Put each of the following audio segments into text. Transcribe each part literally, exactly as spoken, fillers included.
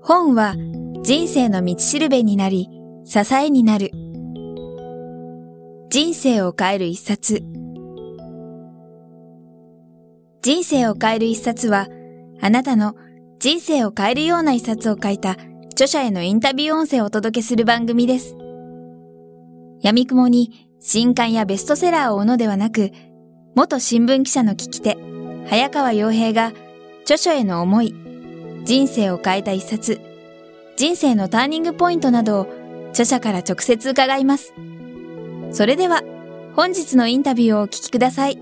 本は人生の道しるべになり、支えになる。人生を変える一冊。人生を変える一冊は、あなたの人生を変えるような一冊を書いた著者へのインタビュー音声をお届けする番組です。闇雲に新刊やベストセラーを追うのではなく、元新聞記者の聞き手、早川洋平が著書への思い、人生を変えた一冊、人生のターニングポイントなどを著者から直接伺います。それでは本日のインタビューをお聞きください。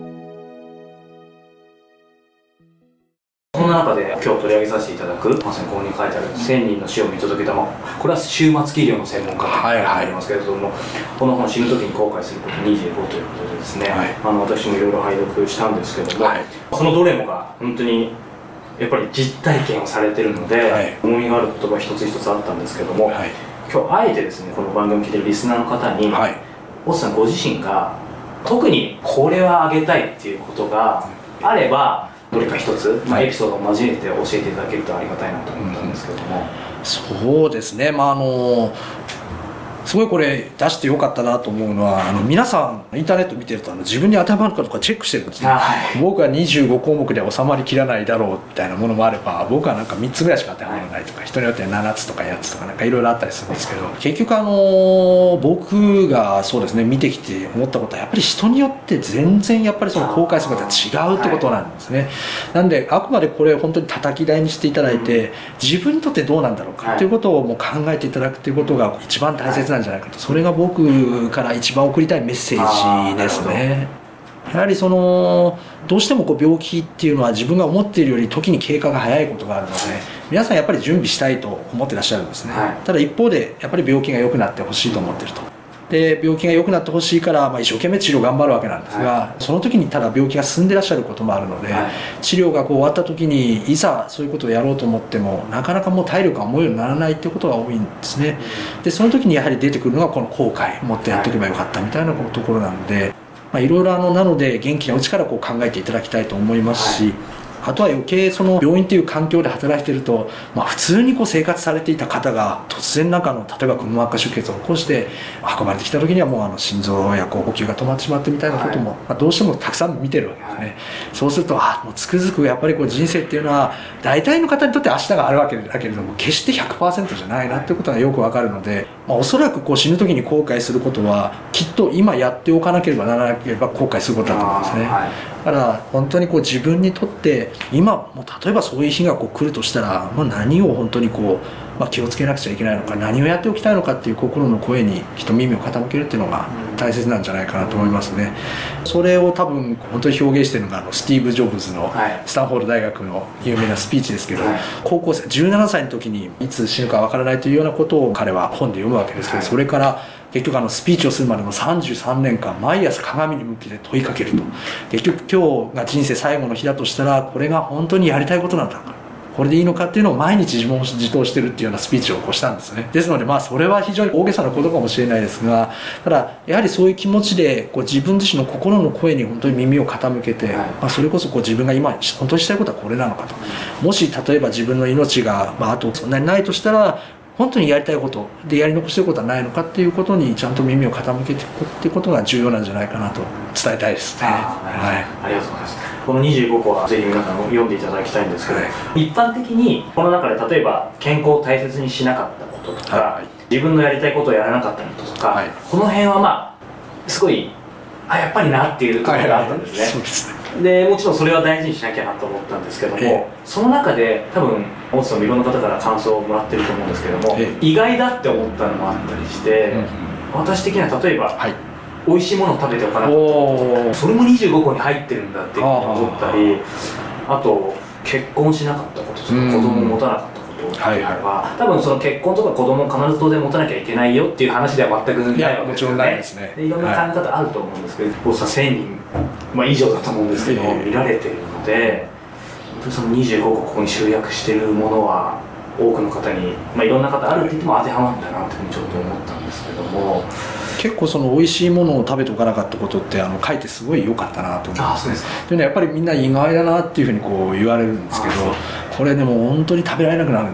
そんな中で今日取り上げさせていただく、まさにここに書いてあるせんにんの死を見届けたま、これは終末期医療の専門家とありますけれども、はいはい、この本死ぬ時に後悔することにじゅうごということでですね、はい、あの私もいろいろ拝読したんですけども、はい、そのどれもが本当にやっぱり実体験をされているので、はい、重みがある言葉一つ一つあったんですけども、はい、今日あえてですねこの番組を聞いているリスナーの方に、はい、大津さんご自身が特にこれはあげたいっていうことがあればどれか一つ、まあ、エピソードを交えて教えていただけるとありがたいなと思ったんですけども、 うん、そうですね、まああのすごいこれ出してよかったなと思うのは、あの皆さんインターネット見てるとあの自分に当てはまるかとかチェックしてるんですね、はい、僕はにじゅうごこうもくで収まりきらないだろうみたいなものもあれば、僕はなんかみっつぐらいしか当てはまらないとか、はい、人によってはななつとかやっつとかなんかいろいろあったりするんですけど、結局あの僕がそうですね見てきて思ったことは、やっぱり人によって全然やっぱりその後悔することは違うってことなんですね、はい、なんであくまでこれ本当に叩き台にしていただいて、うん、自分にとってどうなんだろうかっていうことをもう考えていただくっていうことが一番大切なんじゃないかと、それが僕から一番送りたいメッセージですね。やはりそのどうしてもこう病気っていうのは自分が思っているより時に経過が早いことがあるので、皆さんやっぱり準備したいと思ってらっしゃるんですね、はい、ただ一方でやっぱり病気が良くなってほしいと思ってると。で病気が良くなってほしいから、まあ、一生懸命治療頑張るわけなんですが、はい、その時にただ病気が進んでらっしゃることもあるので、はい、治療がこう終わった時にいざそういうことをやろうと思ってもなかなかもう体力が思うようにならないっていうことが多いんですね。でその時にやはり出てくるのがこの後悔、もっとやっておけばよかったみたいなところなので、まあ、いろいろあのなので元気なうちからこう考えていただきたいと思いますし、はい、あとは余計その病院という環境で働いていると、まあ、普通にこう生活されていた方が突然中の例えばくも膜下出血を起こして運ばれてきた時にはもうあの心臓やこう呼吸が止まってしまってみたいなことも、はい、まあ、どうしてもたくさん見てるわけですね、はい、そうするとあもうつくづくやっぱりこう人生っていうのは大体の方にとって明日があるわけだけれども決して ひゃくパーセント じゃないなっていうことがよくわかるので、まあ、おそらくこう死ぬ時に後悔することはきっと今やっておかなければならなければ後悔することだと思うんですね。だから本当にこう自分にとって今もう例えばそういう日がこう来るとしたら、まあ、何を本当にこう、まあ、気をつけなくちゃいけないのか、何をやっておきたいのかっていう心の声にきっと耳を傾けるっていうのが大切なんじゃないかなと思いますね。それを多分本当に表現しているのがあのスティーブ・ジョブズのスタンフォード大学の有名なスピーチですけど、はい、高校生じゅうななさいの時にいつ死ぬかわからないというようなことを彼は本で読むわけですけど、はい、それから結局あのスピーチをするまでのさんじゅうさんねんかん毎朝鏡に向けて問いかけると、結局今日が人生最後の日だとしたらこれが本当にやりたいことなんだろうか、これでいいのかっていうのを毎日自問自答してるっていうようなスピーチをこうしたんですね。ですのでまあそれは非常に大げさなことかもしれないですが、ただやはりそういう気持ちでこう自分自身の心の声に本当に耳を傾けて、はい、まあ、それこそこう自分が今本当にしたいことはこれなのかと、もし例えば自分の命が、まあ、あとそんなにないとしたら本当にやりたいことでやり残していることはないのかっていうことにちゃんと耳を傾けていくっていうことが重要なんじゃないかなと伝えたいですね。 あ、はい、ありがとうございます。このにじゅうごこはぜひ皆さんも読んでいただきたいんですけど、はい、一般的にこの中で例えば健康を大切にしなかったこととか、はい、自分のやりたいことをやらなかったこととか、はい、この辺はまあすごいあやっぱりなっていうところがあったんですね、はいはい、そうですね。でもちろんそれは大事にしなきゃなと思ったんですけども、ええ、その中で多分大津さんもいろんな方から感想をもらってると思うんですけども、ええ、意外だって思ったのもあったりして、うん、私的には例えば、はい、美味しいものを食べておかなかったことそれもにじゅうごこに入ってるんだって思ったり、あと結婚しなかったこととか子供を持たなかったことっていうのは、はいはい、多分その結婚とか子供を必ず当然持たなきゃいけないよっていう話では全くないわけですよね。いやもちろんないですね。でいろんな考え方あると思うんですけど、大津さんせんにん、まあ、以上だと思うんですけど、えー、見られているので、本当にそのにじゅうごこここに集約しているものは多くの方に、まあ、いろんな方あるって言っても当てはまるんだなというふうにちょっと思ったんですけども、 結構その美味しいものを食べておかなかったことってあの書いてすごい良かったなと思います。あ、そうですか。というのはやっぱりみんな意外だなっていうふうにこう言われるんですけど、これでも本当に食べられなくなるんで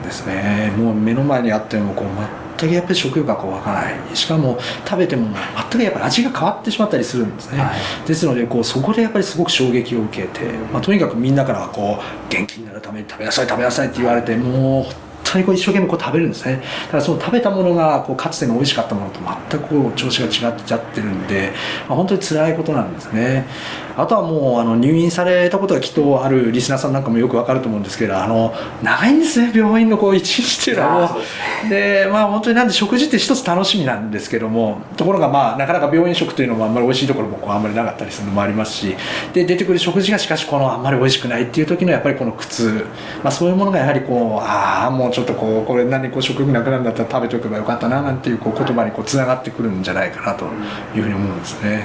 ですね。もう目の前にあってもこう全くやっぱり食欲がこう湧かない。しかも食べても全くやっぱり味が変わってしまったりするんですね、はい、ですのでこうそこでやっぱりすごく衝撃を受けて、まあ、とにかくみんなからはこう元気になるために食べなさい食べなさいって言われて、もう本当にこう一生懸命こう食べるんですね。ただその食べたものがこうかつての美味しかったものと全くこう調子が違っちゃってるんで、まあ、本当に辛いことなんですね。あとはもうあの入院されたことがきっとあるリスナーさんなんかもよくわかると思うんですけど、あの長いんですね、病院のこう一日っていうのはもう。でまあ本当になんで食事って一つ楽しみなんですけども、ところがまあなかなか病院食というのもあんまり美味しいところもこうあんまりなかったりするのもありますし、で出てくる食事がしかしこのあんまり美味しくないっていう時のやっぱりこの苦痛、まあ、そういうものがやはりこうああもうちょっとこうこれ何こう食欲なくなるんだったら食べておけばよかったななんていうこう言葉にこうつながってくるんじゃないかなというふうに思うんですね。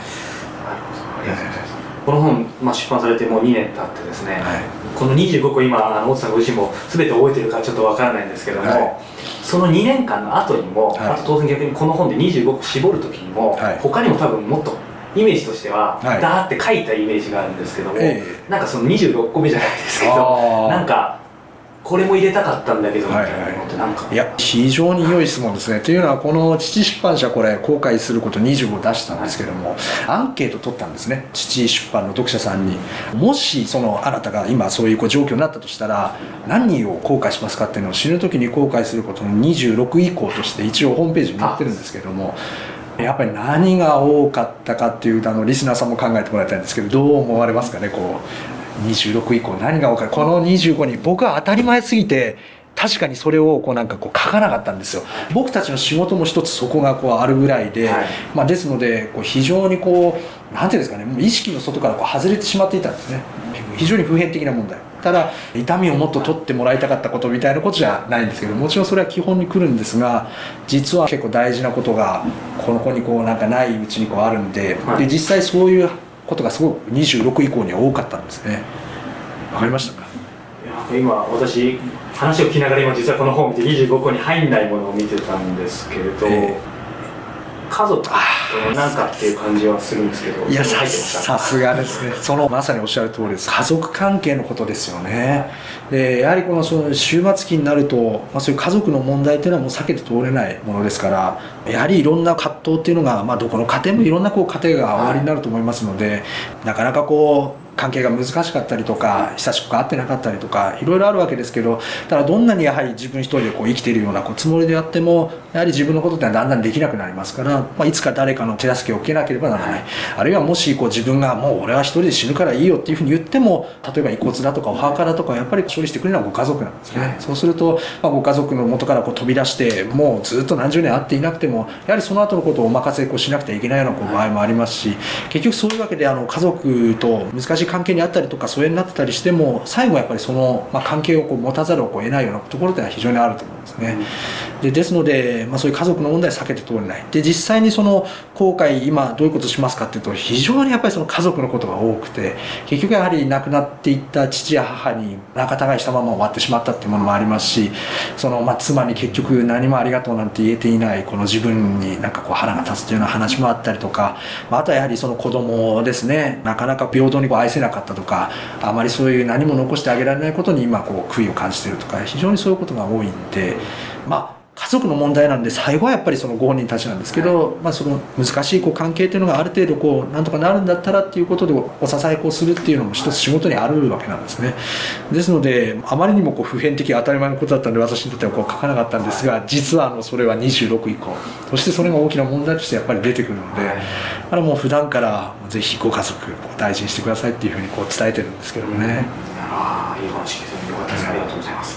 この本、まあ、出版されてもうにねん経ってですね、はい、このにじゅうごこ今あの大津さんご自身も全て覚えてるかちょっとわからないんですけども、はい、そのにねんかんの後にも、はい、あと当然逆にこの本でにじゅうごこ絞る時にも、はい、他にも多分もっとイメージとしては、はい、ダーって書いたイメージがあるんですけども、えー、なんかそのにじゅうろっこめじゃないですけど、なんかこれも入れたかったんだけどみたいなのってなんか、 いや非常に良い質問ですね。というのはこの父出版社これ後悔することにじゅうご出したんですけども、アンケート取ったんですね、父出版の読者さんに。もしそのあなたが今そういうこう状況になったとしたら何人を後悔しますかっていうのを死ぬ時に後悔することのにじゅうろく以降として一応ホームページに載ってるんですけども、やっぱり何が多かったかっていうとあのリスナーさんも考えてもらいたいんですけど、どう思われますかね。こうにじゅうろく以降何が多かった、このにじゅうごに僕は当たり前すぎて確かにそれをこうなんかこう書かなかったんですよ。僕たちの仕事も一つそこがこうあるぐらいで、はい、まあ、ですのでこう非常にこうなんていうんですかね、意識の外からこう外れてしまっていたんですね。非常に普遍的な問題。ただ痛みをもっと取ってもらいたかったことみたいなことじゃないんですけど、もちろんそれは基本に来るんですが、実は結構大事なことがこの子にこうなんかないうちにこうあるんで、はい、で実際そういうことがすごくにじゅうろく以降には多かったんですね。わかりましたか。 いや今私話を聞きながら今実はこの本を見てにじゅうごこに入んないものを見てたんですけれど、えー、家族と何かっていう感じはするんですけど、 いやさすがですね。そのまさにおっしゃる通りです。家族関係のことですよね。でやはりこのその終末期になると、まあ、そういう家族の問題っていうのはもう避けて通れないものですから、やはりいろんな葛藤っていうのが、まあ、どこの家庭もいろんなこう家庭がおありになると思いますので、なかなかこう関係が難しかったりとか久しく会ってなかったりとかいろいろあるわけですけど、ただどんなにやはり自分一人でこう生きているようなこうつもりであっても、やはり自分のことってのはだんだんできなくなりますから、まあ、いつか誰かの手助けを受けなければならない、あるいはもしこう自分がもう俺は一人で死ぬからいいよっていうふうに言っても、例えば遺骨だとかお墓だとかやっぱり処理してくれるのはご家族なんですね、はい、そうすると、まあ、ご家族の元からこう飛び出してもうずっと何十年会っていなくても、やはりその後のことをお任せこうしなくてはいけないようなこう場合もありますし、結局そういうわけであの家族と難しい関係にあったりとか疎遠になってたりしても、最後やっぱりその、まあ、関係をこう持たざるをこう得ないようなところっていうのは非常にあると思うんですね。でですので、まあ、そういう家族の問題は避けて通れない。で実際にその後悔今どういうことをしますかっていうと、非常にやっぱりその家族のことが多くて、結局やはり亡くなっていった父や母に仲違いしたまま終わってしまったっていうものもありますし、その、まあ、妻に結局何もありがとうなんて言えていないこの自分になんかこう腹が立つというような話もあったりとか、まあ、あとはやはりその子供ですね、なかなか平等にこう愛せなかったとか、あまりそういう何も残してあげられないことに今こう悔いを感じているとか、非常にそういうことが多いんで、まあ家族の問題なんで最後はやっぱりそのご本人たちなんですけど、はい、まあ、その難しいこう関係というのがある程度こうなんとかなるんだったらっていうことでお支えをするっていうのも一つ仕事にあるわけなんですね。ですのであまりにもこう普遍的当たり前のことだったので私にとってはこう書かなかったんですが、実はあのそれはにじゅうろく以降、そしてそれが大きな問題としてやっぱり出てくるので、だからもう普段からぜひご家族を大事にしてくださいっていうふうにこう伝えてるんですけどもね、うん、 ああいい話聞いてよかったです。ありがとうございます。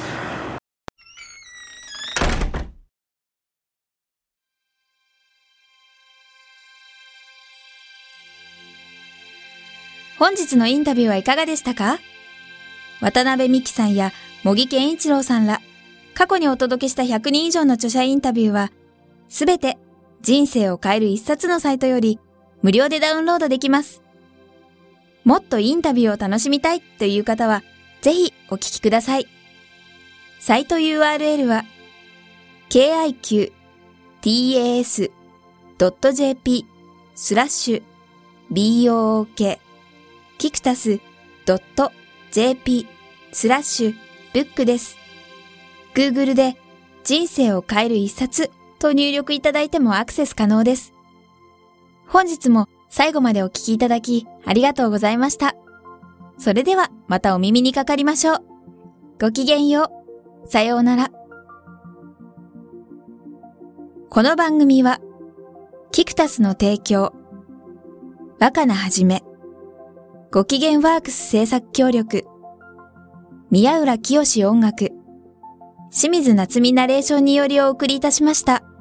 本日のインタビューはいかがでしたか？渡辺美樹さんや茂木健一郎さんら過去にお届けしたひゃくにん以上の著者インタビューはすべて人生を変える一冊のサイトより無料でダウンロードできます。もっとインタビューを楽しみたいという方はぜひお聞きください。サイト ユーアールエル は ケーアイキューティーエーエスドットジェーピー スラッシュ ビーオーオーケー キクタス ドットジェーピー スラッシュブックです。 Google で人生を変える一冊と入力いただいてもアクセス可能です。本日も最後までお聞きいただきありがとうございました。それではまたお耳にかかりましょう。ごきげんよう。さようなら。この番組はキクタスの提供、若菜はじめ、ごきげんワークス制作協力、宮浦清志音楽、清水夏美ナレーションによりお送りいたしました。